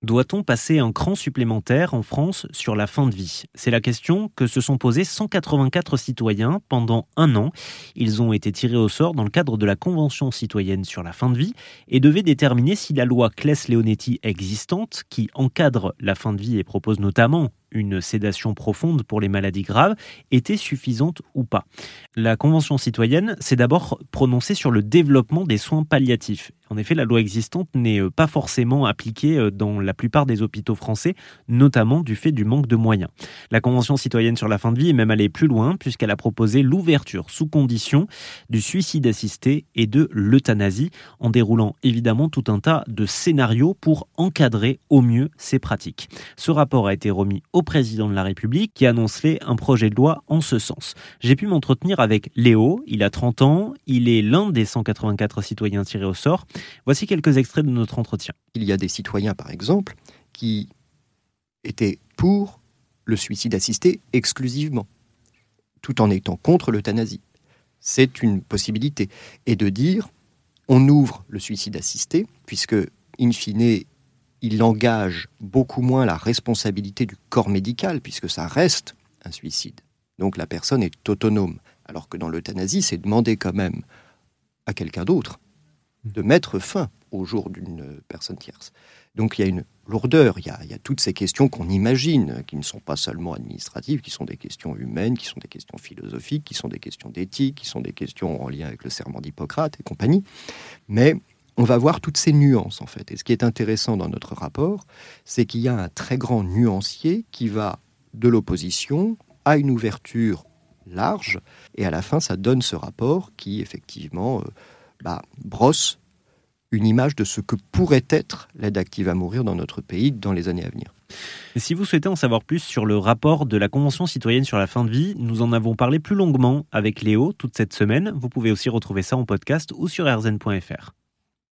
Doit-on passer un cran supplémentaire en France sur la fin de vie ? C'est la question que se sont posés 184 citoyens pendant un an. Ils ont été tirés au sort dans le cadre de la Convention citoyenne sur la fin de vie et devaient déterminer si la loi Claes-Leonetti existante, qui encadre la fin de vie et propose notamment une sédation profonde pour les maladies graves, était suffisante ou pas. La Convention citoyenne s'est d'abord prononcée sur le développement des soins palliatifs. En effet, la loi existante n'est pas forcément appliquée dans la plupart des hôpitaux français, notamment du fait du manque de moyens. La Convention citoyenne sur la fin de vie est même allée plus loin, puisqu'elle a proposé l'ouverture sous condition du suicide assisté et de l'euthanasie, en déroulant évidemment tout un tas de scénarios pour encadrer au mieux ces pratiques. Ce rapport a été remis au président de la République qui annonçait un projet de loi en ce sens. J'ai pu m'entretenir avec Léo, il a 30 ans, il est l'un des 184 citoyens tirés au sort. Voici quelques extraits de notre entretien. Il y a des citoyens, par exemple, qui étaient pour le suicide assisté exclusivement, tout en étant contre l'euthanasie. C'est une possibilité. Et de dire, on ouvre le suicide assisté, puisque, in fine, il engage beaucoup moins la responsabilité du corps médical, puisque ça reste un suicide. Donc la personne est autonome. Alors que dans l'euthanasie, c'est demander quand même à quelqu'un d'autre de mettre fin au jour d'une personne tierce. Donc il y a une lourdeur, il y a toutes ces questions qu'on imagine, qui ne sont pas seulement administratives, qui sont des questions humaines, qui sont des questions philosophiques, qui sont des questions d'éthique, qui sont des questions en lien avec le serment d'Hippocrate et compagnie. Mais on va voir toutes ces nuances, en fait. Et ce qui est intéressant dans notre rapport, c'est qu'il y a un très grand nuancier qui va de l'opposition à une ouverture large, et à la fin, ça donne ce rapport qui, effectivement, brosse une image de ce que pourrait être l'aide active à mourir dans notre pays dans les années à venir. Et si vous souhaitez en savoir plus sur le rapport de la Convention citoyenne sur la fin de vie, nous en avons parlé plus longuement avec Léo toute cette semaine. Vous pouvez aussi retrouver ça en podcast ou sur rzn.fr.